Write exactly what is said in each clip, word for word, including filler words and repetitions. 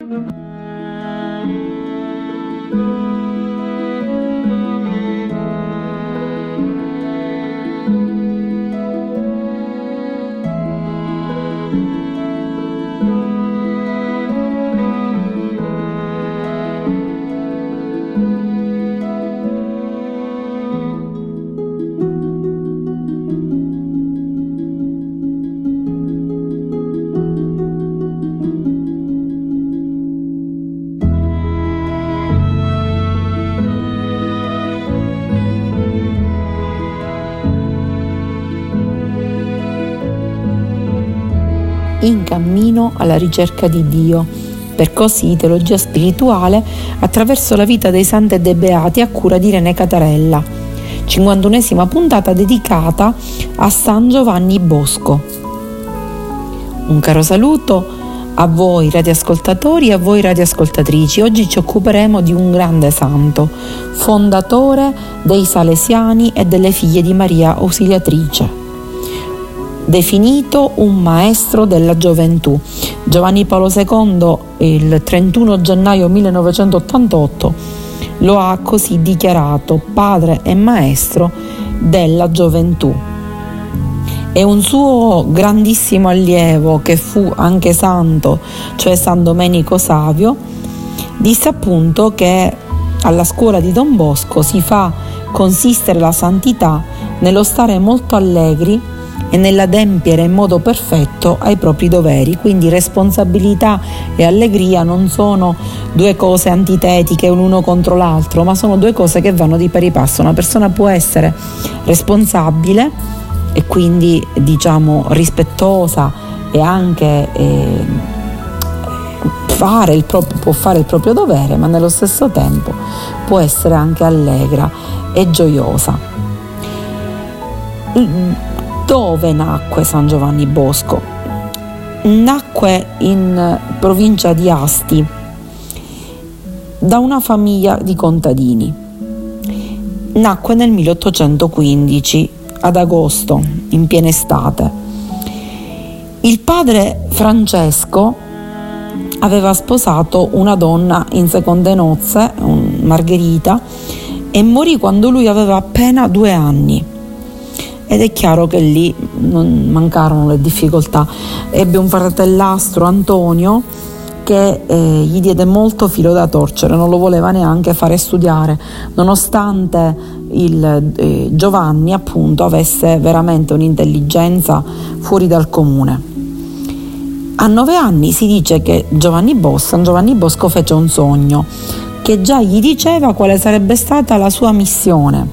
In cammino alla ricerca di Dio, percorsi di teologia spirituale attraverso la vita dei santi e dei beati a cura di Irene Catarella, cinquantunesima puntata dedicata a San Giovanni Bosco. Un caro saluto a voi radioascoltatori e a voi radioascoltatrici. Oggi ci occuperemo di un grande santo, fondatore dei Salesiani e delle Figlie di Maria Ausiliatrice, definito un maestro della gioventù. Giovanni Paolo secondo, il trentuno gennaio millenovecentottantotto, lo ha così dichiarato: padre e maestro della gioventù. E un suo grandissimo allievo, che fu anche santo, cioè San Domenico Savio, disse appunto che alla scuola di Don Bosco si fa consistere la santità nello stare molto allegri e nell'adempiere in modo perfetto ai propri doveri. Quindi responsabilità e allegria non sono due cose antitetiche l'uno contro l'altro, ma sono due cose che vanno di pari passo. Una persona può essere responsabile e quindi diciamo rispettosa e anche eh, fare il proprio, può fare il proprio dovere, ma nello stesso tempo può essere anche allegra e gioiosa. Dove nacque San Giovanni Bosco? Nacque in provincia di Asti da una famiglia di contadini. Nacque nel milleottocentoquindici, ad agosto, in piena estate. Il padre Francesco aveva sposato una donna in seconde nozze, Margherita, e morì quando lui aveva appena due anni. Ed è chiaro che lì non mancarono le difficoltà. Ebbe un fratellastro, Antonio, che eh, gli diede molto filo da torcere, non lo voleva neanche fare studiare, nonostante il eh, Giovanni appunto avesse veramente un'intelligenza fuori dal comune. A nove anni si dice che Giovanni Bosco, San Giovanni Bosco fece un sogno che già gli diceva quale sarebbe stata la sua missione.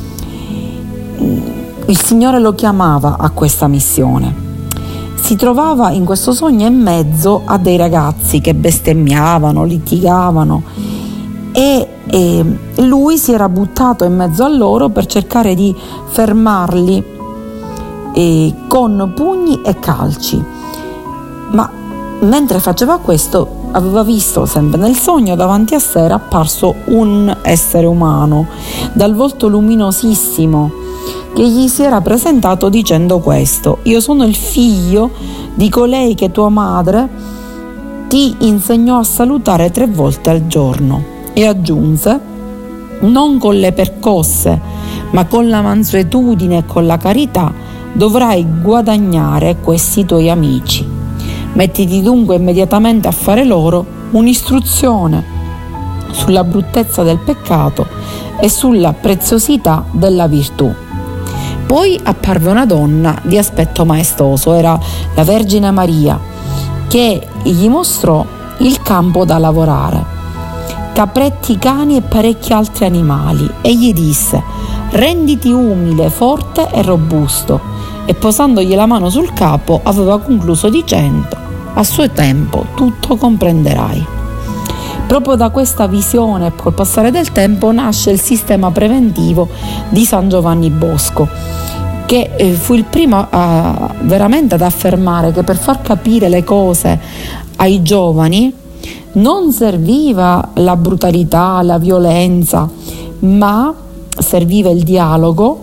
Il Signore lo chiamava a questa missione. Si trovava in questo sogno in mezzo a dei ragazzi che bestemmiavano, litigavano e, e lui si era buttato in mezzo a loro per cercare di fermarli e, con pugni e calci. Ma mentre faceva questo aveva visto sempre nel sogno davanti a sé era apparso un essere umano dal volto luminosissimo, che gli si era presentato dicendo questo: io sono il figlio di colei che tua madre ti insegnò a salutare tre volte al giorno. E aggiunse: non con le percosse, ma con la mansuetudine e con la carità dovrai guadagnare questi tuoi amici. Mettiti dunque immediatamente a fare loro un'istruzione sulla bruttezza del peccato e sulla preziosità della virtù. Poi apparve una donna di aspetto maestoso, era la Vergine Maria, che gli mostrò il campo da lavorare, capretti, cani e parecchi altri animali, e gli disse: renditi umile, forte e robusto. E posandogli la mano sul capo aveva concluso dicendo: a suo tempo tutto comprenderai. Proprio da questa visione, col passare del tempo, nasce il sistema preventivo di San Giovanni Bosco, che eh, fu il primo a, veramente ad affermare che per far capire le cose ai giovani non serviva la brutalità, la violenza, ma serviva il dialogo,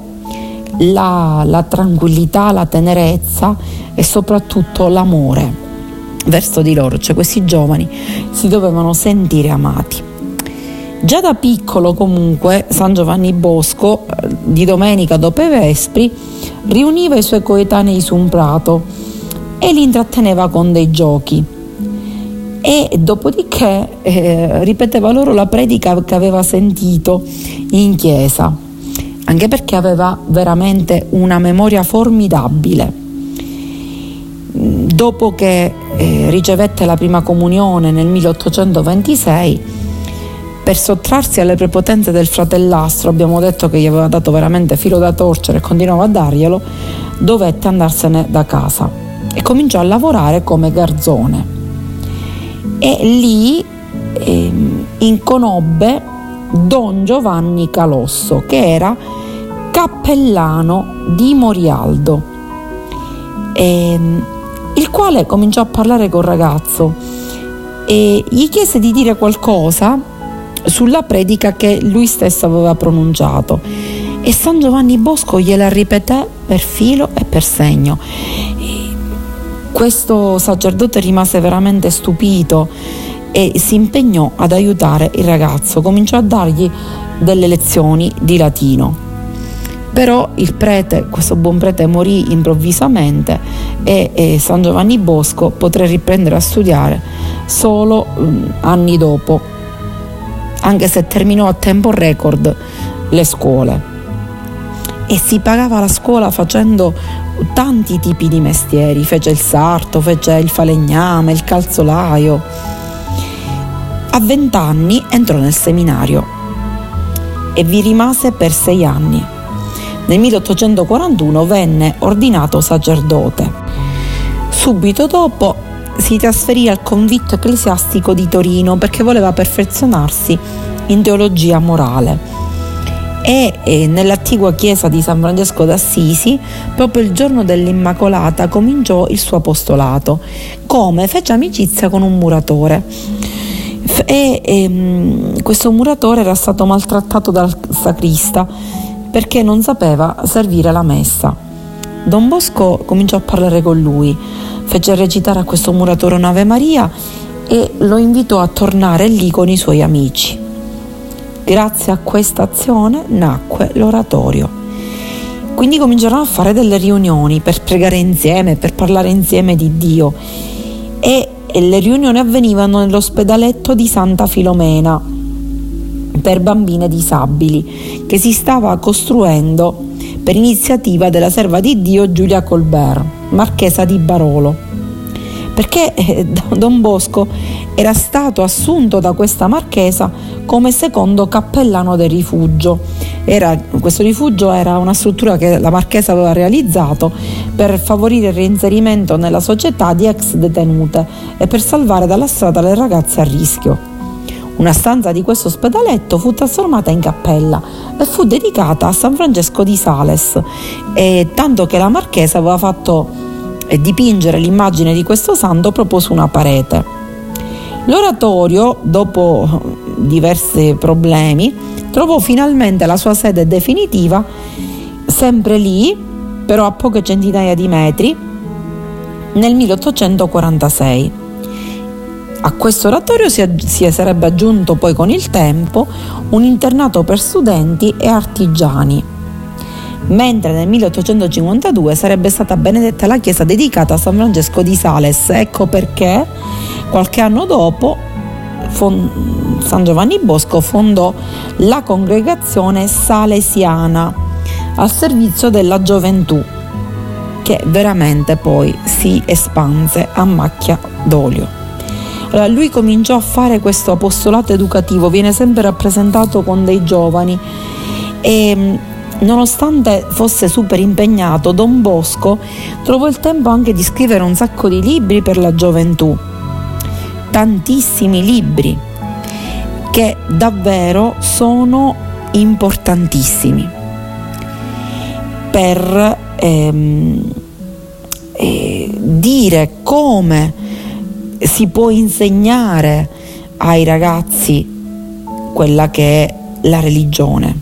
la, la tranquillità, la tenerezza e soprattutto l'amore. verso di loro, cioè questi giovani si dovevano sentire amati. Già da piccolo comunque San Giovanni Bosco di domenica dopo i vespri riuniva i suoi coetanei su un prato e li intratteneva con dei giochi e dopodiché eh, ripeteva loro la predica che aveva sentito in chiesa, anche perché aveva veramente una memoria formidabile. Dopo che eh, ricevette la prima comunione nel milleottocentoventisei, per sottrarsi alle prepotenze del fratellastro, abbiamo detto che gli aveva dato veramente filo da torcere e continuava a darglielo, dovette andarsene da casa e cominciò a lavorare come garzone. E lì eh, inconobbe Don Giovanni Calosso, che era cappellano di Morialdo, e, il quale cominciò a parlare col ragazzo e gli chiese di dire qualcosa sulla predica che lui stesso aveva pronunciato, e San Giovanni Bosco gliela ripeté per filo e per segno. Questo sacerdote rimase veramente stupito e si impegnò ad aiutare il ragazzo, cominciò a dargli delle lezioni di latino. Però il prete, questo buon prete, morì improvvisamente e, e San Giovanni Bosco poté riprendere a studiare solo um, anni dopo, anche se terminò a tempo record le scuole. E si pagava la scuola facendo tanti tipi di mestieri, fece il sarto, fece il falegname, il calzolaio. A vent'anni entrò nel seminario e vi rimase per sei anni. Nel milleottocentoquarantuno venne ordinato sacerdote. Subito dopo si trasferì al convitto ecclesiastico di Torino perché voleva perfezionarsi in teologia morale. E, e nell'attigua chiesa di San Francesco d'Assisi, proprio il giorno dell'Immacolata, cominciò il suo apostolato, come fece amicizia con un muratore. E, e questo muratore era stato maltrattato dal sacrista perché non sapeva servire la messa. Don Bosco cominciò a parlare con lui, fece recitare a questo muratore un'Ave Maria e lo invitò a tornare lì con i suoi amici. Grazie a questa azione nacque l'oratorio. Quindi cominciarono a fare delle riunioni per pregare insieme, per parlare insieme di Dio, e, e le riunioni avvenivano nell'ospedaletto di Santa Filomena per bambine disabili che si stava costruendo per iniziativa della serva di Dio Giulia Colbert, marchesa di Barolo, perché eh, Don Bosco era stato assunto da questa marchesa come secondo cappellano del rifugio. Era, questo rifugio era una struttura che la marchesa aveva realizzato per favorire il reinserimento nella società di ex detenute e per salvare dalla strada le ragazze a rischio. Una stanza di questo ospedaletto fu trasformata in cappella e fu dedicata a San Francesco di Sales, e tanto che la marchesa aveva fatto dipingere l'immagine di questo santo proprio su una parete. L'oratorio, dopo diversi problemi, trovò finalmente la sua sede definitiva, sempre lì, però a poche centinaia di metri, nel milleottocentoquarantasei. A questo oratorio si, si sarebbe aggiunto poi con il tempo un internato per studenti e artigiani, mentre nel milleottocentocinquantadue sarebbe stata benedetta la chiesa dedicata a San Francesco di Sales. Ecco perché qualche anno dopo San Giovanni Bosco fondò la congregazione salesiana al servizio della gioventù, che veramente poi si espanse a macchia d'olio. Allora, lui cominciò a fare questo apostolato educativo, viene sempre rappresentato con dei giovani, e nonostante fosse super impegnato, Don Bosco trovò il tempo anche di scrivere un sacco di libri per la gioventù, tantissimi libri che davvero sono importantissimi per ehm, eh, dire come si può insegnare ai ragazzi quella che è la religione.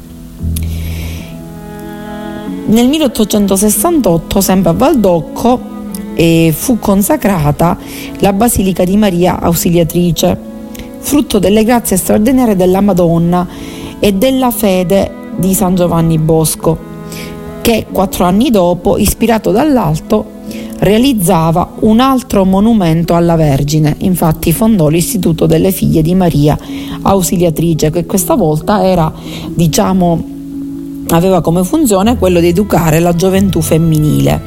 Nel milleottocentosessantotto, sempre a Valdocco, e fu consacrata la Basilica di Maria Ausiliatrice, frutto delle grazie straordinarie della Madonna e della fede di San Giovanni Bosco, che quattro anni dopo, ispirato dall'alto, realizzava un altro monumento alla Vergine. Infatti fondò l'Istituto delle Figlie di Maria Ausiliatrice, che questa volta era, diciamo, aveva come funzione quello di educare la gioventù femminile.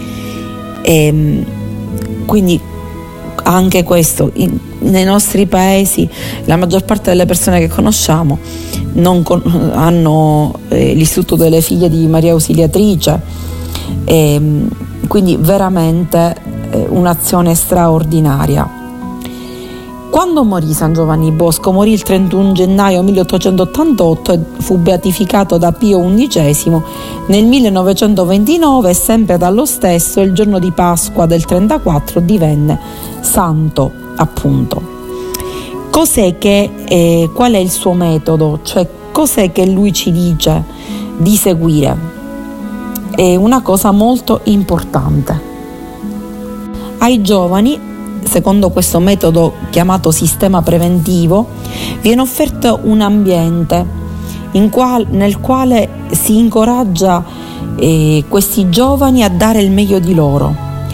E quindi anche questo in, nei nostri paesi la maggior parte delle persone che conosciamo non con, hanno eh, l'Istituto delle Figlie di Maria Ausiliatrice, e quindi veramente eh, un'azione straordinaria. Quando morì San Giovanni Bosco? Morì il trentuno gennaio milleottocentottantotto e fu beatificato da Pio undicesimo nel millenovecentoventinove, e sempre dallo stesso il giorno di Pasqua del trentaquattro divenne santo, appunto. Cos'è che, eh, qual è il suo metodo? Cioè, cos'è che lui ci dice di seguire? È una cosa molto importante. Ai giovani, secondo questo metodo chiamato sistema preventivo, viene offerto un ambiente in qual, nel quale si incoraggia eh, questi giovani a dare il meglio di loro,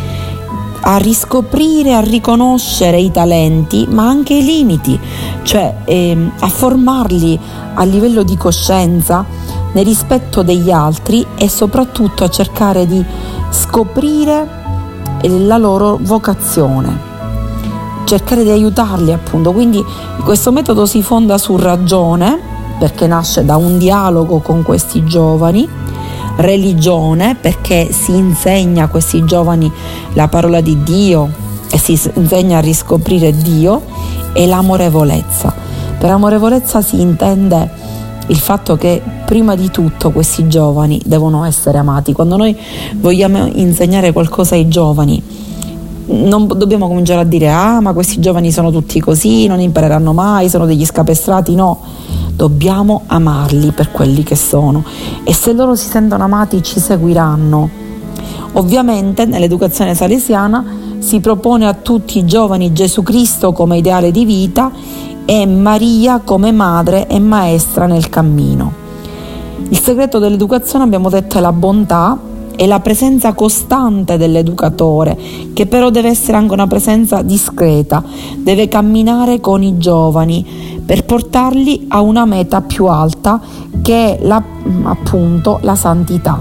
a riscoprire, a riconoscere i talenti, ma anche i limiti, cioè eh, a formarli a livello di coscienza, nel rispetto degli altri, e soprattutto a cercare di scoprire la loro vocazione, cercare di aiutarli, appunto. Quindi questo metodo si fonda su ragione, perché nasce da un dialogo con questi giovani, religione, perché si insegna a questi giovani la parola di Dio e si insegna a riscoprire Dio, e l'amorevolezza. Per amorevolezza si intende il fatto che prima di tutto questi giovani devono essere amati. Quando noi vogliamo insegnare qualcosa ai giovani, non dobbiamo cominciare a dire ah ma questi giovani sono tutti così, non impareranno mai, sono degli scapestrati. No, dobbiamo amarli per quelli che sono, e se loro si sentono amati ci seguiranno. Ovviamente nell'educazione salesiana si propone a tutti i giovani Gesù Cristo come ideale di vita e Maria come madre e maestra nel cammino. Il segreto dell'educazione, abbiamo detto, è la bontà e la presenza costante dell'educatore, che però deve essere anche una presenza discreta, deve camminare con i giovani per portarli a una meta più alta, che è la, appunto la santità.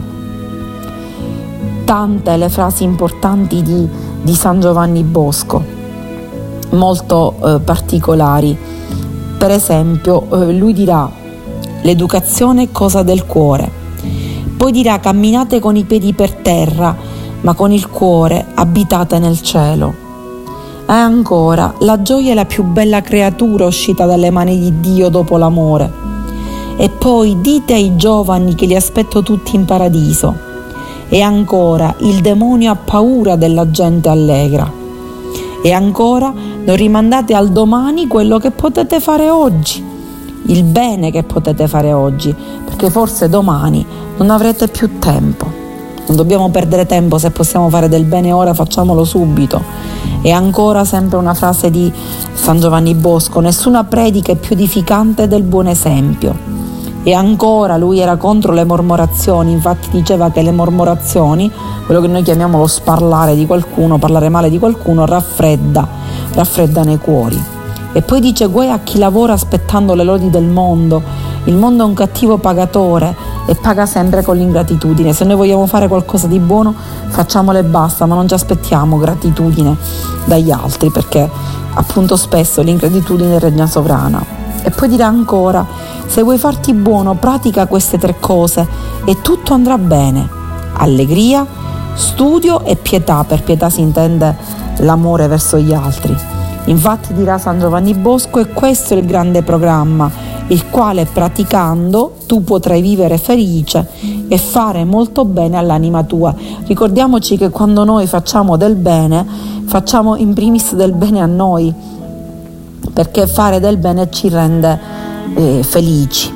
Tante le frasi importanti di, di San Giovanni Bosco, molto eh, particolari. Per esempio, eh, lui dirà: l'educazione è cosa del cuore. Poi dirà: camminate con i piedi per terra, ma con il cuore abitate nel cielo. E ancora: la gioia è la più bella creatura uscita dalle mani di Dio dopo l'amore. E poi: dite ai giovani che li aspetto tutti in paradiso. E ancora: il demonio ha paura della gente allegra. E ancora: non rimandate al domani quello che potete fare oggi, il bene che potete fare oggi, perché forse domani non avrete più tempo. Non dobbiamo perdere tempo, se possiamo fare del bene ora facciamolo subito. E ancora, sempre una frase di San Giovanni Bosco: nessuna predica è più edificante del buon esempio. E ancora, lui era contro le mormorazioni, infatti diceva che le mormorazioni, quello che noi chiamiamo lo sparlare di qualcuno, parlare male di qualcuno, raffredda, raffredda nei cuori. E poi dice: guai a chi lavora aspettando le lodi del mondo, il mondo è un cattivo pagatore e paga sempre con l'ingratitudine. Se noi vogliamo fare qualcosa di buono, facciamolo e basta, ma non ci aspettiamo gratitudine dagli altri, perché appunto spesso l'ingratitudine regna sovrana. E poi dirà ancora: se vuoi farti buono, pratica queste tre cose e tutto andrà bene: allegria, studio e pietà. Per pietà si intende l'amore verso gli altri. Infatti, dirà San Giovanni Bosco, è questo il grande programma, il quale praticando tu potrai vivere felice e fare molto bene all'anima tua. Ricordiamoci che quando noi facciamo del bene, facciamo in primis del bene a noi, perché fare del bene ci rende eh, felici.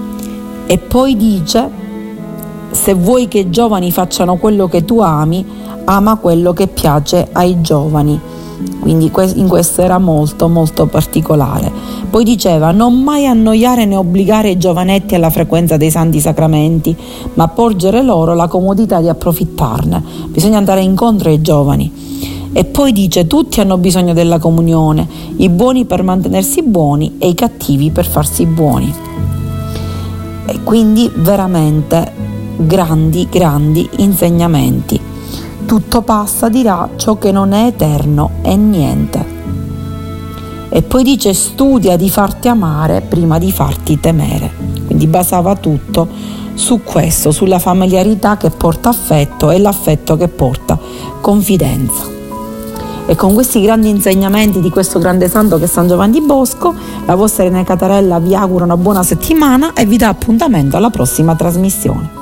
E poi dice: se vuoi che i giovani facciano quello che tu ami, ama quello che piace ai giovani. Quindi in questo era molto molto particolare. Poi diceva: non mai annoiare né obbligare i giovanetti alla frequenza dei santi sacramenti, ma porgere loro la comodità di approfittarne. Bisogna andare incontro ai giovani. E poi dice: tutti hanno bisogno della comunione, i buoni per mantenersi buoni e i cattivi per farsi buoni. E quindi veramente grandi grandi insegnamenti. Tutto passa, dirà, ciò che non è eterno è niente. E poi dice: studia di farti amare prima di farti temere. Quindi basava tutto su questo, sulla familiarità che porta affetto e l'affetto che porta confidenza. E con questi grandi insegnamenti di questo grande santo che è San Giovanni Bosco, la vostra Irene Catarella vi augura una buona settimana e vi dà appuntamento alla prossima trasmissione.